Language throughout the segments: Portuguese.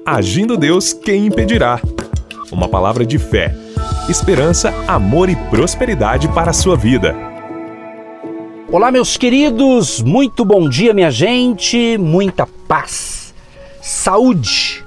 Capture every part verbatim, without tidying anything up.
Agindo Deus, quem impedirá? Uma palavra de fé, esperança, amor e prosperidade para a sua vida. Olá, meus queridos, muito bom dia, minha gente, muita paz, saúde,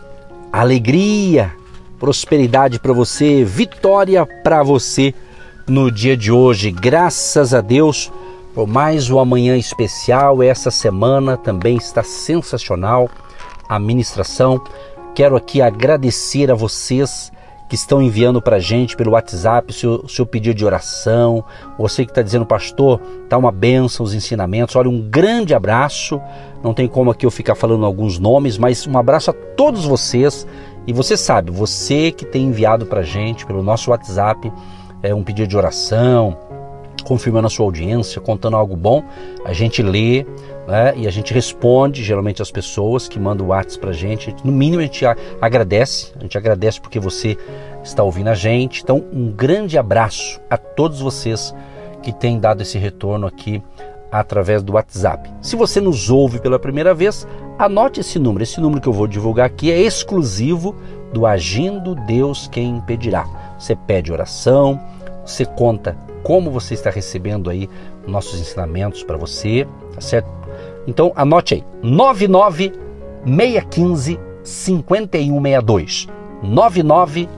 alegria, prosperidade para você, vitória para você no dia de hoje. Graças a Deus por mais um amanhã especial. Essa semana também está sensacional a ministração. Quero aqui agradecer a vocês que estão enviando para a gente pelo WhatsApp o seu, seu pedido de oração. Você que está dizendo, pastor, tá uma bênção os ensinamentos. Olha, um grande abraço. Não tem como aqui eu ficar falando alguns nomes, mas um abraço a todos vocês. E você sabe, você que tem enviado para a gente pelo nosso WhatsApp é, um pedido de oração, confirmando a sua audiência, contando algo bom, a gente lê, né, e a gente responde geralmente às pessoas que mandam o WhatsApp pra gente. No mínimo a gente agradece, a gente agradece porque você está ouvindo a gente. Então um grande abraço a todos vocês que têm dado esse retorno aqui através do WhatsApp. Se você nos ouve pela primeira vez, anote esse número, esse número que eu vou divulgar aqui é exclusivo do Agindo Deus Quem Impedirá. Você pede oração, você conta como você está recebendo aí nossos ensinamentos para você, tá certo? Então anote aí, nove nove seis um cinco, cinco um seis dois, nove nove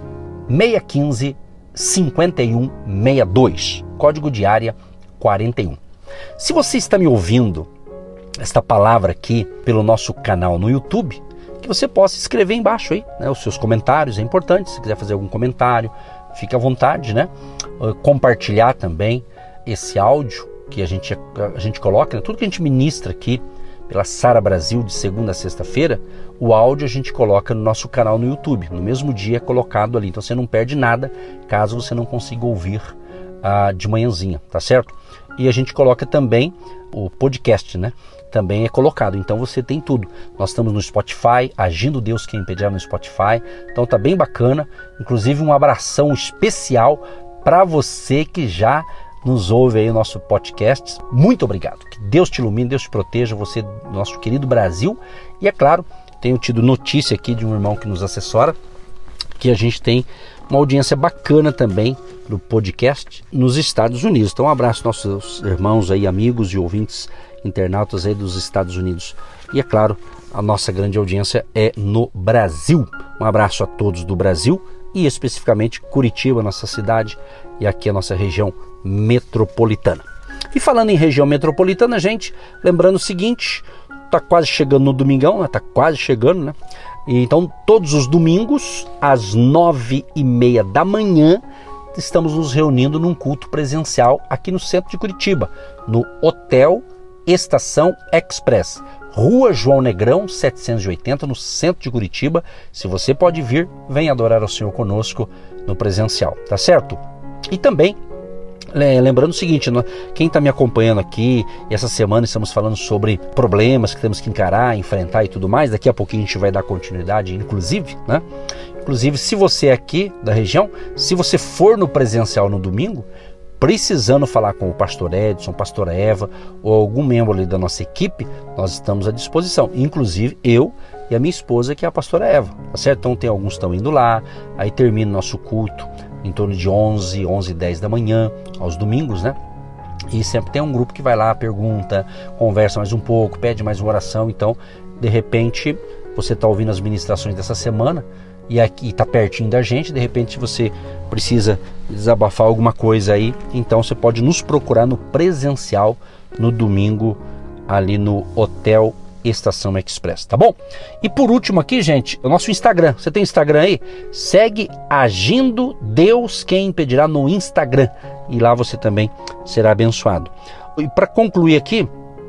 seis um cinco, cinco um seis dois, código de área quarenta e um. Se você está me ouvindo esta palavra aqui pelo nosso canal no YouTube, que você possa escrever embaixo aí, né, os seus comentários, é importante. Se quiser fazer algum comentário, fique à vontade, né? Compartilhar também esse áudio que a gente, a gente coloca, né? Tudo que a gente ministra aqui pela Sara Brasil de segunda a sexta-feira, o áudio a gente coloca no nosso canal no YouTube, no mesmo dia é colocado ali, então você não perde nada caso você não consiga ouvir ah, de manhãzinha, tá certo? E a gente coloca também o podcast, né? Também é colocado, então você tem tudo. Nós estamos no Spotify, Agindo Deus Quem Impedirá no Spotify, então tá bem bacana. Inclusive um abração especial para você que já nos ouve aí o nosso podcast. Muito obrigado, que Deus te ilumine, Deus te proteja, você, nosso querido Brasil. E é claro, tenho tido notícia aqui de um irmão que nos assessora, que a gente tem uma audiência bacana também do podcast nos Estados Unidos. Então um abraço aos nossos irmãos aí, amigos e ouvintes internautas aí dos Estados Unidos. E é claro, a nossa grande audiência é no Brasil. Um abraço a todos do Brasil e especificamente Curitiba, nossa cidade, e aqui a nossa região metropolitana. E falando em região metropolitana, gente, lembrando o seguinte, tá quase chegando no domingão, né? Tá quase chegando, né? E então todos os domingos às nove e meia da manhã estamos nos reunindo num culto presencial aqui no centro de Curitiba, no Hotel Estação Express, Rua João Negrão setecentos e oitenta, no centro de Curitiba. Se você pode vir, venha adorar ao Senhor conosco no presencial, tá certo? E também lembrando o seguinte, quem está me acompanhando aqui, essa semana estamos falando sobre problemas que temos que encarar, enfrentar e tudo mais. Daqui a pouquinho a gente vai dar continuidade, inclusive, né? Inclusive, se você é aqui da região, se você for no presencial no domingo, precisando falar com o pastor Edson, pastora Eva ou algum membro ali da nossa equipe, nós estamos à disposição. Inclusive eu e a minha esposa, que é a pastora Eva, tá certo? Então tem alguns que estão indo lá, aí termina o nosso culto em torno de onze, onze e dez da manhã, aos domingos, né? E sempre tem um grupo que vai lá, pergunta, conversa mais um pouco, pede mais uma oração. Então, de repente, você está ouvindo as ministrações dessa semana e aqui está pertinho da gente, de repente você precisa desabafar alguma coisa aí, então você pode nos procurar no presencial no domingo ali no Hotel Estação Express, tá bom? E por último aqui, gente, o nosso Instagram. Você tem Instagram aí? Segue Agindo Deus Quem Impedirá no Instagram e lá você também será abençoado. E para concluir aqui,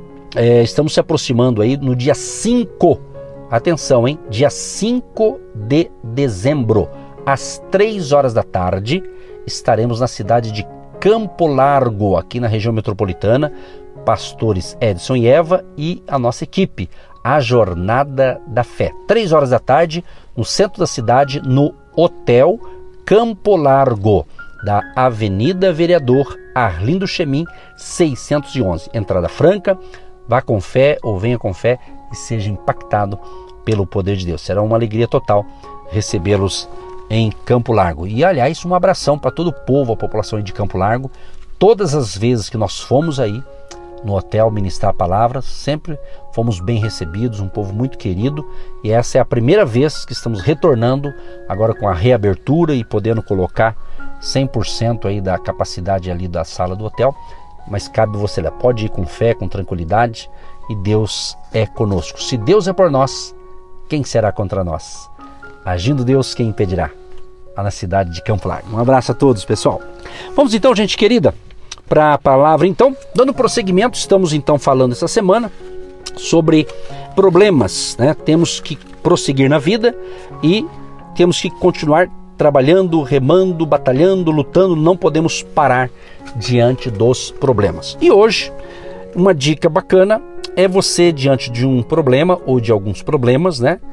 é, estamos se aproximando aí no dia cinco, atenção, hein? Dia cinco de dezembro, às três horas da tarde, estaremos na cidade de Campo Largo, aqui na região metropolitana. Pastores Edson e Eva e a nossa equipe, a Jornada da Fé. Três horas da tarde, no centro da cidade, no Hotel Campo Largo, da Avenida Vereador Arlindo Chemin, seiscentos e onze. Entrada franca, vá com fé ou venha com fé e seja impactado pelo poder de Deus. Será uma alegria total recebê-los em Campo Largo. E, aliás, um abração para todo o povo, a população de Campo Largo. Todas as vezes que nós fomos aí no hotel ministrar a palavra, sempre fomos bem recebidos, um povo muito querido, e essa é a primeira vez que estamos retornando agora com a reabertura e podendo colocar cem por cento aí da capacidade ali da sala do hotel, mas cabe você lá, pode ir com fé, com tranquilidade, e Deus é conosco. Se Deus é por nós, quem será contra nós? Agindo Deus, quem impedirá? Lá na cidade de Campo Largo. Um abraço a todos, pessoal. Vamos então, gente querida, para a palavra. Então, dando prosseguimento, estamos então falando essa semana sobre problemas, né? Temos que prosseguir na vida e temos que continuar trabalhando, remando, batalhando, lutando, não podemos parar diante dos problemas. E hoje, uma dica bacana é você, diante de um problema ou de alguns problemas, né?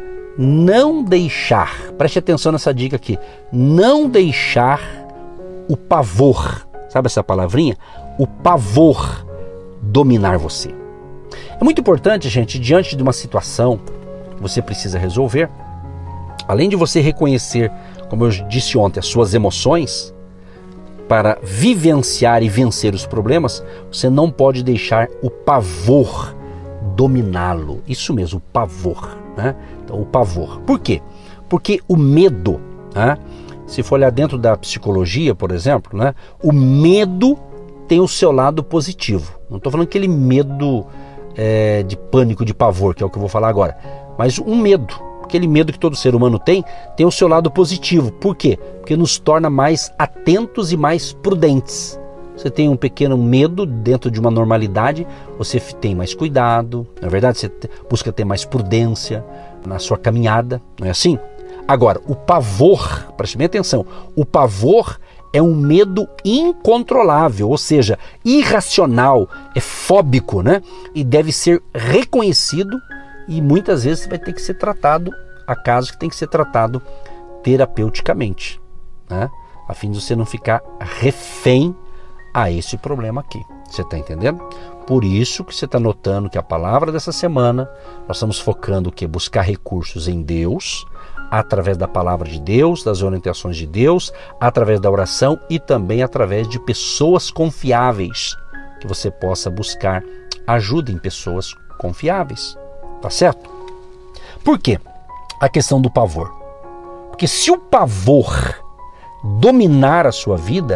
Não deixar, preste atenção nessa dica aqui, não deixar o pavor, sabe essa palavrinha? O pavor dominar você. É muito importante, gente, diante de uma situação que você precisa resolver, além de você reconhecer, como eu disse ontem, as suas emoções, para vivenciar e vencer os problemas, você não pode deixar o pavor dominá-lo. Isso mesmo, o pavor, né? Então, o pavor. Por quê? Porque o medo, né? Se for olhar dentro da psicologia, por exemplo, né, o medo tem o seu lado positivo. Não estou falando aquele medo é, de pânico, de pavor, que é o que eu vou falar agora. Mas um medo, aquele medo que todo ser humano tem, tem o seu lado positivo. Por quê? Porque nos torna mais atentos e mais prudentes. Você tem um pequeno medo dentro de uma normalidade, você tem mais cuidado, na verdade você busca ter mais prudência na sua caminhada, não é assim? Agora, o pavor, preste bem atenção, o pavor é um medo incontrolável, ou seja, irracional, é fóbico, né? E deve ser reconhecido e muitas vezes vai ter que ser tratado, há casos que tem que ser tratado terapeuticamente, né? A fim de você não ficar refém a esse problema aqui. Você está entendendo? Por isso que você está notando que a palavra dessa semana, nós estamos focando o quê? Buscar recursos em Deus, através da palavra de Deus, das orientações de Deus, através da oração e também através de pessoas confiáveis, que você possa buscar ajuda em pessoas confiáveis, tá certo? Por quê? A questão do pavor. Porque se o pavor dominar a sua vida,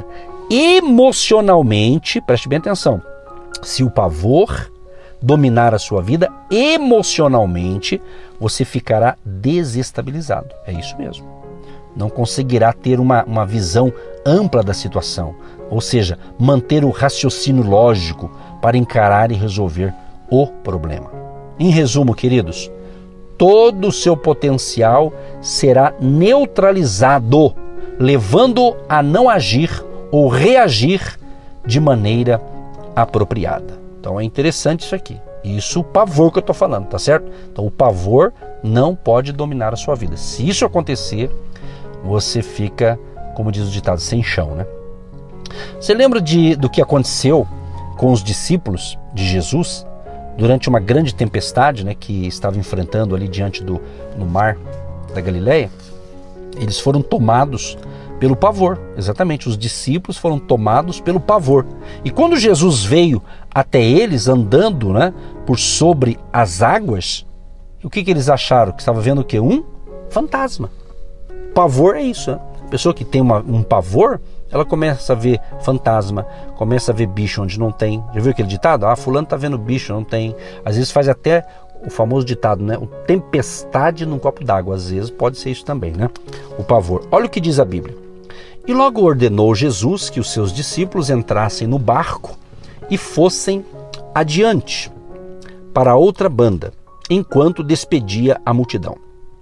emocionalmente, preste bem atenção, se o pavor dominar a sua vida, emocionalmente, você ficará desestabilizado. É isso mesmo. Não conseguirá ter uma, uma visão ampla da situação, ou seja, manter o raciocínio lógico para encarar e resolver o problema. Em resumo, queridos, todo o seu potencial será neutralizado, levando a não agir ou reagir de maneira apropriada. Então é interessante isso aqui. Isso o pavor que eu estou falando, tá certo? Então o pavor não pode dominar a sua vida. Se isso acontecer, você fica, como diz o ditado, sem chão, né? Você lembra de, do que aconteceu com os discípulos de Jesus durante uma grande tempestade, né, que estava enfrentando ali diante do no mar da Galileia? Eles foram tomados pelo pavor, exatamente, os discípulos foram tomados pelo pavor. E quando Jesus veio até eles andando, né, por sobre as águas, o que, que eles acharam? Que estava vendo o quê? Um fantasma. Pavor é isso, né? A pessoa que tem uma, um pavor, ela começa a ver fantasma, começa a ver bicho onde não tem. Já viu aquele ditado? Ah, fulano está vendo bicho, não tem. Às vezes faz até o famoso ditado, né? O tempestade num copo d'água. Às vezes pode ser isso também, né? O pavor. Olha o que diz a Bíblia. E logo ordenou Jesus que os seus discípulos entrassem no barco e fossem adiante para outra banda, enquanto despedia a multidão.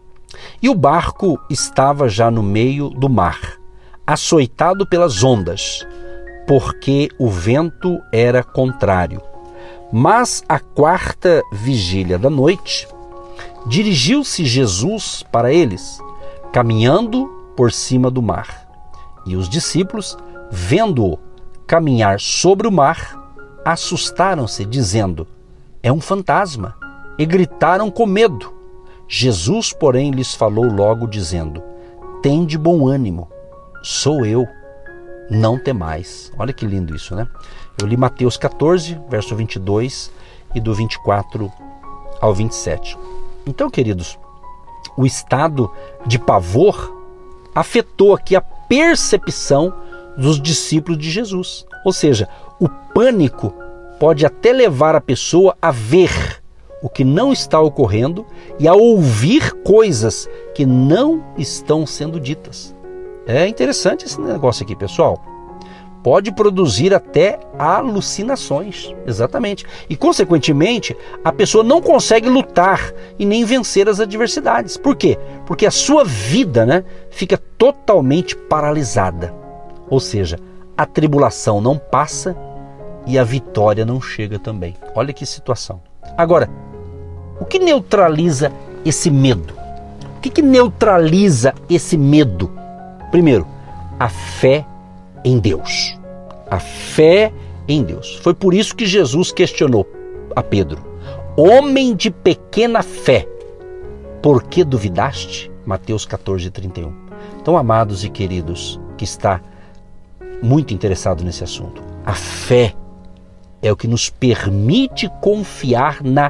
E o barco estava já no meio do mar, açoitado pelas ondas, porque o vento era contrário. Mas à quarta vigília da noite, dirigiu-se Jesus para eles, caminhando por cima do mar. E os discípulos, vendo-o caminhar sobre o mar, assustaram-se, dizendo: é um fantasma, e gritaram com medo. Jesus, porém, lhes falou logo, dizendo: tende bom ânimo, sou eu, não temais. Olha que lindo isso, né? Eu li Mateus catorze, verso vinte e dois, e do vinte e quatro ao vinte e sete. Então, queridos, o estado de pavor afetou aqui a percepção dos discípulos de Jesus. Ou seja, o pânico pode até levar a pessoa a ver o que não está ocorrendo e a ouvir coisas que não estão sendo ditas. É interessante esse negócio aqui, pessoal. Pode produzir até alucinações, exatamente. E, consequentemente, a pessoa não consegue lutar e nem vencer as adversidades. Por quê? Porque a sua vida, né, fica totalmente paralisada. Ou seja, a tribulação não passa e a vitória não chega também. Olha que situação. Agora, o que neutraliza esse medo? O que, que neutraliza esse medo? Primeiro, a fé em Deus. A fé em Deus. Foi por isso que Jesus questionou a Pedro: homem de pequena fé, por que duvidaste? Mateus catorze, trinta e um. Então, amados e queridos, que está muito interessado nesse assunto, a fé é o que nos permite confiar na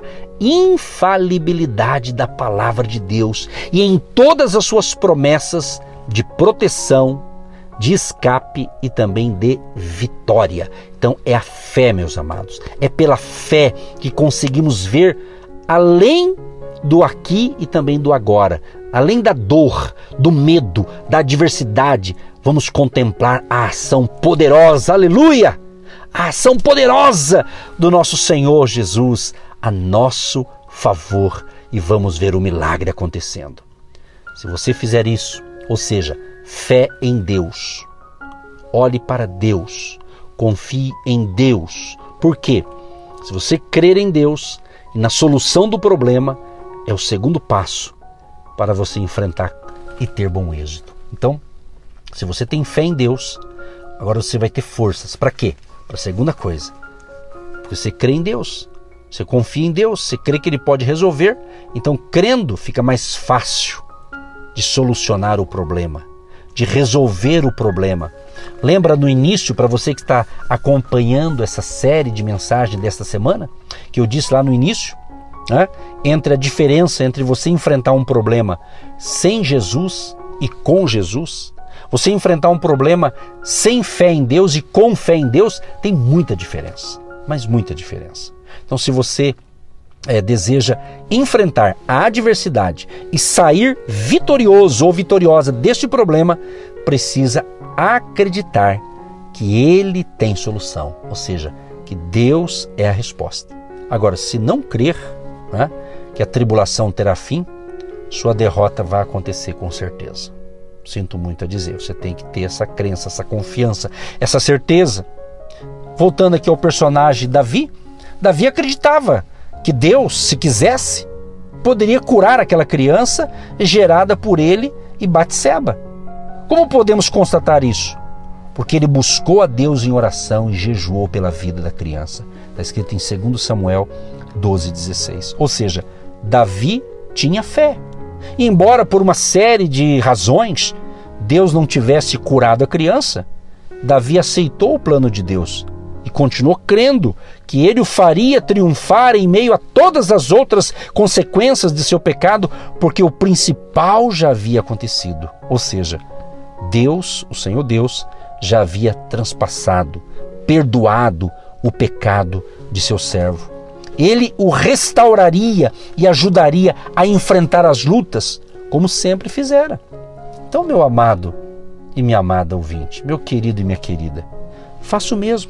infalibilidade da palavra de Deus e em todas as suas promessas de proteção, de escape e também de vitória. Então é a fé, meus amados. É pela fé que conseguimos ver além do aqui e também do agora. Além da dor, do medo, da adversidade, vamos contemplar a ação poderosa, aleluia! A ação poderosa do nosso Senhor Jesus a nosso favor e vamos ver o milagre acontecendo. Se você fizer isso, ou seja, fé em Deus, olhe para Deus, confie em Deus. Por quê? Se você crer em Deus e na solução do problema, é o segundo passo para você enfrentar e ter bom êxito. Então, se você tem fé em Deus, agora você vai ter forças. Para quê? Para a segunda coisa. Porque você crê em Deus, você confia em Deus, você crê que Ele pode resolver. Então, crendo, fica mais fácil de solucionar o problema, de resolver o problema. Lembra no início, para você que está acompanhando essa série de mensagens desta semana, que eu disse lá no início, né, entre a diferença entre você enfrentar um problema sem Jesus e com Jesus, você enfrentar um problema sem fé em Deus e com fé em Deus, tem muita diferença, mas muita diferença. Então, se você é, deseja enfrentar a adversidade e sair vitorioso ou vitoriosa deste problema, precisa acreditar que Ele tem solução, ou seja, que Deus é a resposta. Agora, se não crer, né, que a tribulação terá fim, sua derrota vai acontecer com certeza. Sinto muito a dizer, você tem que ter essa crença, essa confiança, essa certeza. Voltando aqui ao personagem Davi, Davi acreditava que Deus, se quisesse, poderia curar aquela criança gerada por ele e Batseba. Como podemos constatar isso? Porque ele buscou a Deus em oração e jejuou pela vida da criança. Está escrito em segundo Samuel doze, dezesseis. Ou seja, Davi tinha fé. E embora por uma série de razões Deus não tivesse curado a criança, Davi aceitou o plano de Deus e continuou crendo que ele o faria triunfar em meio a todas as outras consequências de seu pecado, porque o principal já havia acontecido. Ou seja, Deus, o Senhor Deus, já havia transpassado, perdoado o pecado de seu servo. Ele o restauraria e ajudaria a enfrentar as lutas, como sempre fizera. Então, meu amado e minha amada ouvinte, meu querido e minha querida, faça o mesmo.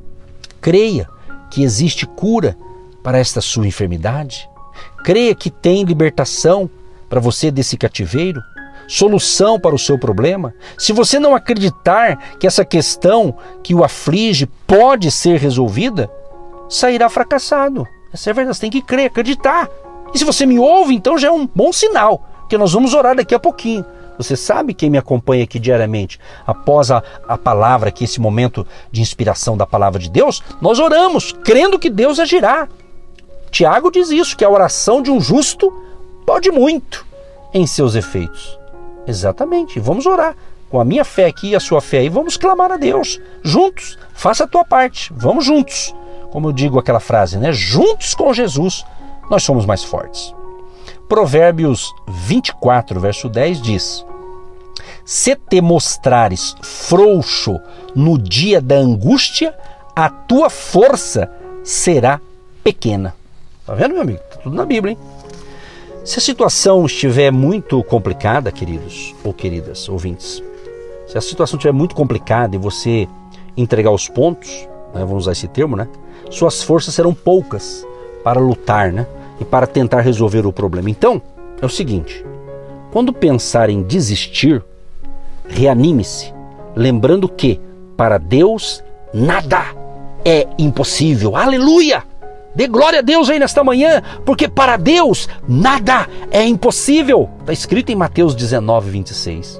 Creia que existe cura para esta sua enfermidade. Creia que tem libertação para você desse cativeiro, solução para o seu problema. Se você não acreditar que essa questão que o aflige pode ser resolvida, sairá fracassado. Essa é a verdade, você tem que crer, acreditar. E se você me ouve, então já é um bom sinal, que nós vamos orar daqui a pouquinho. Você sabe, quem me acompanha aqui diariamente, após a, a palavra, aqui, esse momento de inspiração da palavra de Deus, nós oramos, crendo que Deus agirá. Tiago diz isso, que a oração de um justo pode muito em seus efeitos. Exatamente, vamos orar. Com a minha fé aqui e a sua fé aí, vamos clamar a Deus. Juntos, faça a tua parte, vamos juntos. Como eu digo aquela frase, né? Juntos com Jesus, nós somos mais fortes. Provérbios vinte e quatro, verso dez diz: se te mostrares frouxo no dia da angústia, a tua força será pequena. Tá vendo, meu amigo? Tá tudo na Bíblia, hein? Se a situação estiver muito complicada, queridos ou queridas ouvintes, se a situação estiver muito complicada e você entregar os pontos, né, vamos usar esse termo, né? Suas forças serão poucas para lutar, né? E para tentar resolver o problema. Então, é o seguinte: quando pensar em desistir, reanime-se, lembrando que para Deus nada é impossível. Aleluia! Dê glória a Deus aí nesta manhã, porque para Deus nada é impossível. Está escrito em Mateus dezenove, vinte e seis.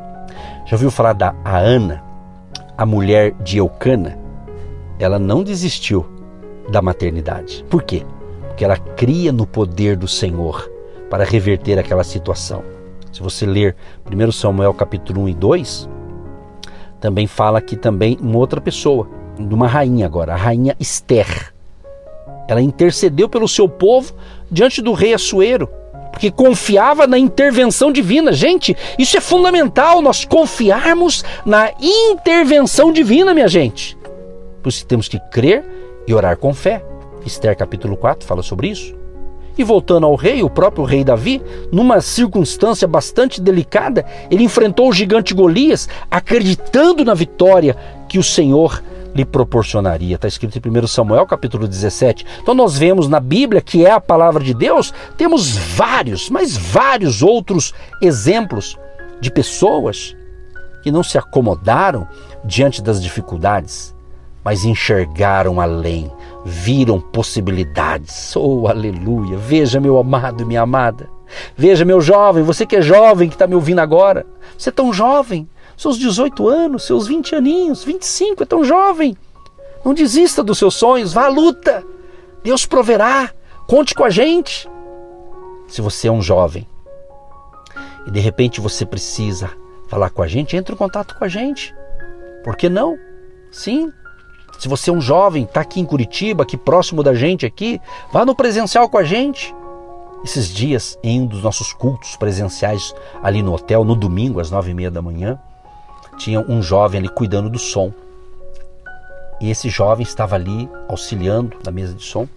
Já ouviu falar da Ana, a mulher de Eucana? Ela não desistiu da maternidade. Por quê? Porque ela cria no poder do Senhor para reverter aquela situação. Se você ler primeiro Samuel capítulo um e dois, também fala que também uma outra pessoa, de uma rainha agora, a rainha Esther. Ela intercedeu pelo seu povo diante do rei Assuero, porque confiava na intervenção divina. Gente, isso é fundamental, nós confiarmos na intervenção divina, minha gente. Por isso temos que crer e orar com fé. Esther capítulo quatro fala sobre isso. E voltando ao rei, o próprio rei Davi, numa circunstância bastante delicada, ele enfrentou o gigante Golias, acreditando na vitória que o Senhor lhe proporcionaria. Está escrito em primeiro Samuel capítulo dezessete. Então nós vemos na Bíblia, que é a palavra de Deus, temos vários, mas vários outros exemplos de pessoas que não se acomodaram diante das dificuldades, mas enxergaram além, viram possibilidades. Oh, aleluia! Veja, meu amado e minha amada. Veja, meu jovem, você que é jovem, que está me ouvindo agora. Você é tão jovem, seus dezoito anos, seus vinte aninhos, vinte e cinco, é tão jovem. Não desista dos seus sonhos, vá à luta. Deus proverá, conte com a gente. Se você é um jovem e de repente você precisa falar com a gente, entre em contato com a gente. Por que não? Sim. Se você é um jovem, está aqui em Curitiba, aqui próximo da gente aqui, vá no presencial com a gente. Esses dias, em um dos nossos cultos presenciais ali no hotel, no domingo, às nove e meia da manhã, tinha um jovem ali cuidando do som. E esse jovem estava ali auxiliando na mesa de som.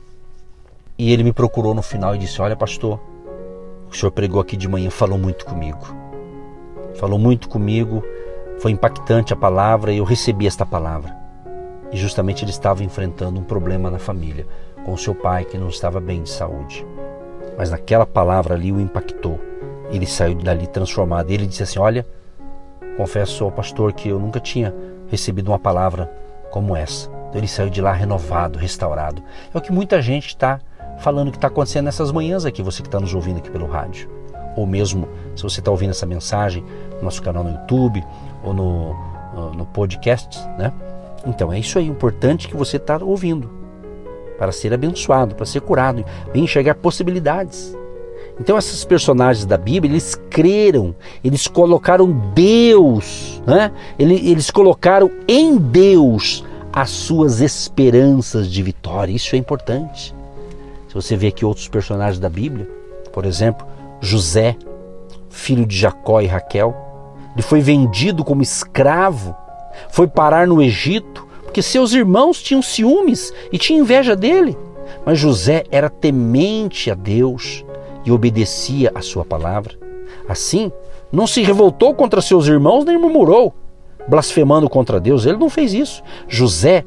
E ele me procurou no final e disse: olha, pastor, o senhor pregou aqui de manhã, falou muito comigo. Falou muito comigo, foi impactante a palavra e eu recebi esta palavra. E justamente ele estava enfrentando um problema na família, com o seu pai que não estava bem de saúde. Mas naquela palavra ali o impactou. Ele saiu dali transformado. E ele disse assim: olha, confesso ao pastor que eu nunca tinha recebido uma palavra como essa. Então ele saiu de lá renovado, restaurado. É o que muita gente está falando que está acontecendo nessas manhãs aqui, você que está nos ouvindo aqui pelo rádio. Ou mesmo, se você está ouvindo essa mensagem no nosso canal no YouTube ou no, no, no podcast, né? Então é isso aí, importante que você está ouvindo, para ser abençoado, para ser curado, para enxergar possibilidades. Então esses personagens da Bíblia, eles creram, eles colocaram Deus, né? eles, eles colocaram em Deus as suas esperanças de vitória. Isso é importante. Se você vê aqui outros personagens da Bíblia, por exemplo, José, filho de Jacó e Raquel, ele foi vendido como escravo, foi parar no Egito, porque seus irmãos tinham ciúmes e tinham inveja dele. Mas José era temente a Deus e obedecia a sua palavra. Assim, não se revoltou contra seus irmãos nem murmurou, blasfemando contra Deus. Ele não fez isso. José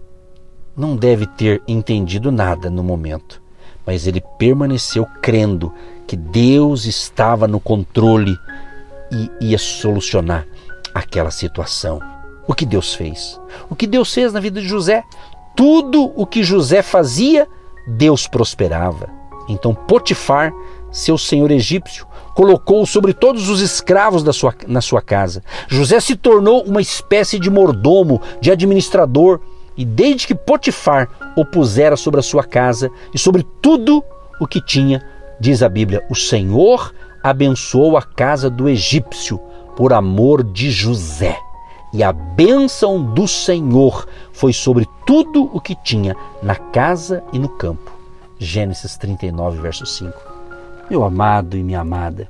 não deve ter entendido nada no momento, mas ele permaneceu crendo que Deus estava no controle e ia solucionar aquela situação. O que Deus fez? O que Deus fez na vida de José? Tudo o que José fazia, Deus prosperava. Então Potifar, seu senhor egípcio, colocou-o sobre todos os escravos da sua, na sua casa. José se tornou uma espécie de mordomo, de administrador, e desde que Potifar o pusera sobre a sua casa e sobre tudo o que tinha, Diz a Bíblia: o Senhor abençoou a casa do egípcio por amor de José. E a bênção do Senhor foi sobre tudo o que tinha na casa e no campo. Gênesis trinta e nove, verso cinco. Meu amado e minha amada,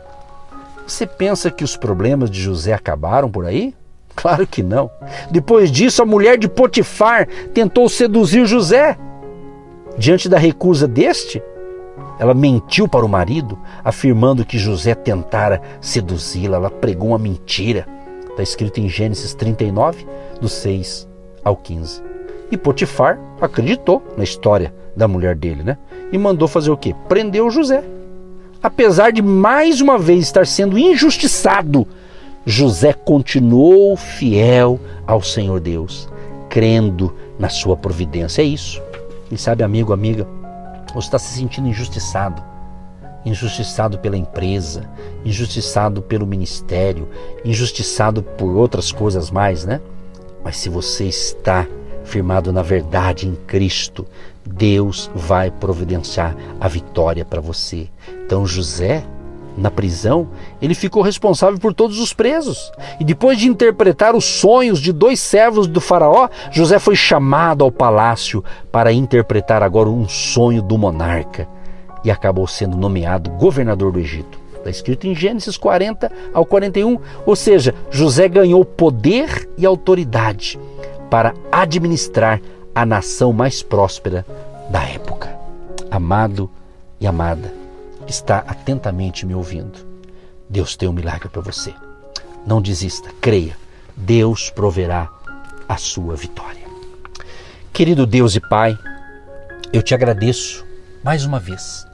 você pensa que os problemas de José acabaram por aí? Claro que não. Depois disso, a mulher de Potifar tentou seduzir José. Diante da recusa deste, ela mentiu para o marido, afirmando que José tentara seduzi-la. Ela pregou uma mentira. Está escrito em Gênesis trinta e nove, do seis ao quinze. E Potifar acreditou na história da mulher dele, né? E mandou fazer o quê? Prendeu José. Apesar de mais uma vez estar sendo injustiçado, José continuou fiel ao Senhor Deus, crendo na sua providência. É isso. E sabe, amigo, amiga, você está se sentindo injustiçado. Injustiçado pela empresa, injustiçado pelo ministério, injustiçado por outras coisas mais, né? Mas se você está firmado na verdade em Cristo, Deus vai providenciar a vitória para você. Então José, na prisão, ele ficou responsável por todos os presos. E depois de interpretar os sonhos de dois servos do faraó, José foi chamado ao palácio para interpretar agora um sonho do monarca. E acabou sendo nomeado governador do Egito. Está escrito em Gênesis quarenta ao quarenta e um. Ou seja, José ganhou poder e autoridade para administrar a nação mais próspera da época. Amado e amada, que está atentamente me ouvindo, Deus tem um milagre para você. Não desista, creia. Deus proverá a sua vitória. Querido Deus e Pai, eu te agradeço mais uma vez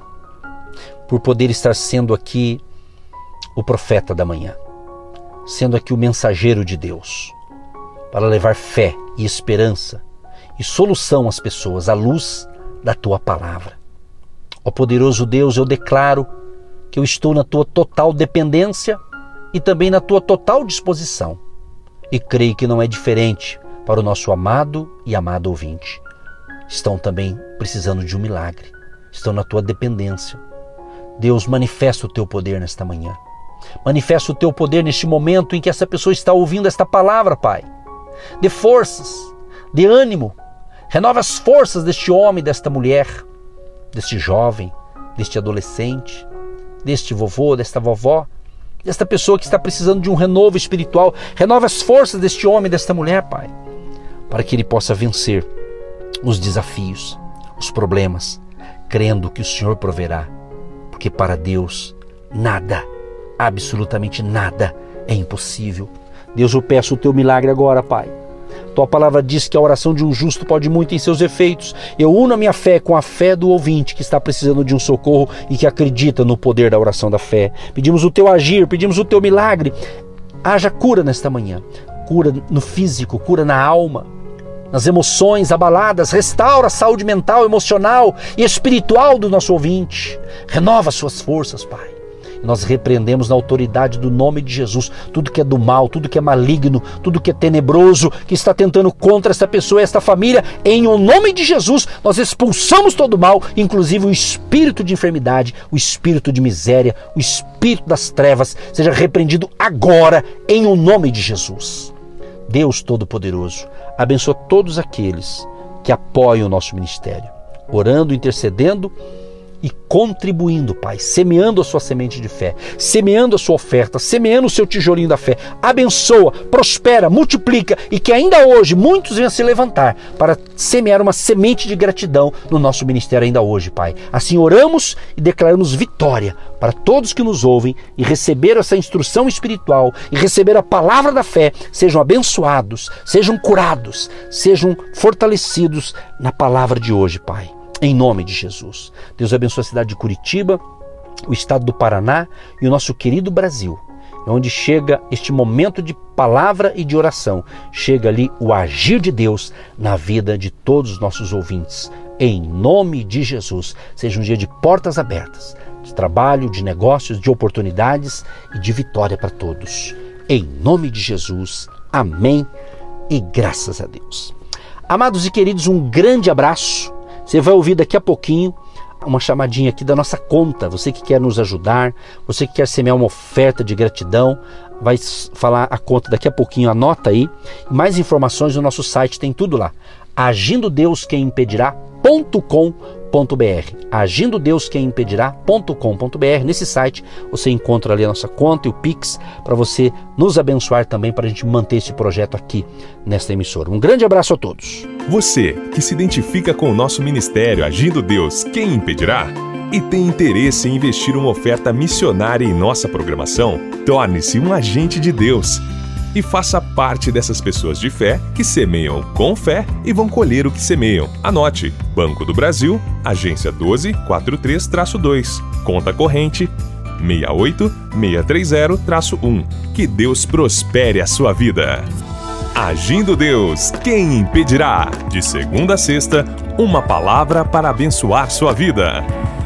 por poder estar sendo aqui o profeta da manhã, sendo aqui o mensageiro de Deus, para levar fé e esperança e solução às pessoas à luz da Tua palavra. Ó poderoso Deus, eu declaro que eu estou na Tua total dependência e também na Tua total disposição. E creio que não é diferente para o nosso amado e amado ouvinte. Estão também precisando de um milagre, estão na Tua dependência. Deus, manifesta o Teu poder nesta manhã. Manifesta o Teu poder neste momento em que essa pessoa está ouvindo esta palavra, Pai. Dê forças, dê ânimo, renova as forças deste homem, desta mulher, deste jovem, deste adolescente, deste vovô, desta vovó, desta pessoa que está precisando de um renovo espiritual. Renova as forças deste homem, desta mulher, Pai, para que ele possa vencer os desafios, os problemas, crendo que o Senhor proverá, porque para Deus nada, absolutamente nada é impossível. Deus, eu peço o Teu milagre agora, Pai. Tua palavra diz que a oração de um justo pode muito em seus efeitos. Eu uno a minha fé com a fé do ouvinte que está precisando de um socorro e que acredita no poder da oração da fé. Pedimos o Teu agir, pedimos o Teu milagre. Haja cura nesta manhã. Cura no físico, cura na alma, nas emoções abaladas. Restaura a saúde mental, emocional e espiritual do nosso ouvinte. Renova suas forças, Pai. Nós repreendemos na autoridade do nome de Jesus tudo que é do mal, tudo que é maligno, tudo que é tenebroso, que está tentando contra esta pessoa e esta família. Em o nome de Jesus, nós expulsamos todo o mal, inclusive o espírito de enfermidade, o espírito de miséria, o espírito das trevas, seja repreendido agora, em o nome de Jesus. Deus Todo-Poderoso, abençoa todos aqueles que apoiam o nosso ministério, orando, intercedendo e contribuindo, Pai, semeando a sua semente de fé, semeando a sua oferta, semeando o seu tijolinho da fé. Abençoa, prospera, multiplica e que ainda hoje muitos venham se levantar para semear uma semente de gratidão no nosso ministério ainda hoje, Pai. Assim oramos e declaramos vitória para todos que nos ouvem e receberam essa instrução espiritual e receberam a palavra da fé. Sejam abençoados, sejam curados, sejam fortalecidos na palavra de hoje, Pai. Em nome de Jesus. Deus abençoe a cidade de Curitiba, o estado do Paraná e o nosso querido Brasil, onde chega este momento de palavra e de oração. Chega ali o agir de Deus na vida de todos os nossos ouvintes. Em nome de Jesus. Seja um dia de portas abertas, de trabalho, de negócios, de oportunidades e de vitória para todos. Em nome de Jesus. Amém e graças a Deus. Amados e queridos, um grande abraço. Você vai ouvir daqui a pouquinho uma chamadinha aqui da nossa conta. Você que quer nos ajudar, você que quer semear uma oferta de gratidão, vai falar a conta daqui a pouquinho, anota aí. Mais informações no nosso site, tem tudo lá. agindo deus quem impedirá ponto com ponto br. agindo deus quem impedirá ponto com ponto br. Nesse site você encontra ali a nossa conta e o Pix para você nos abençoar também, para a gente manter esse projeto aqui nesta emissora. Um grande abraço a todos. Você que se identifica com o nosso ministério Agindo Deus, quem impedirá? E tem interesse em investir uma oferta missionária em nossa programação? Torne-se um agente de Deus e faça parte dessas pessoas de fé que semeiam com fé e vão colher o que semeiam. Anote: Banco do Brasil, agência doze quarenta e três dois, conta corrente seis oito seis três zero um. Que Deus prospere a sua vida. Agindo Deus, quem impedirá? De segunda a sexta, uma palavra para abençoar sua vida.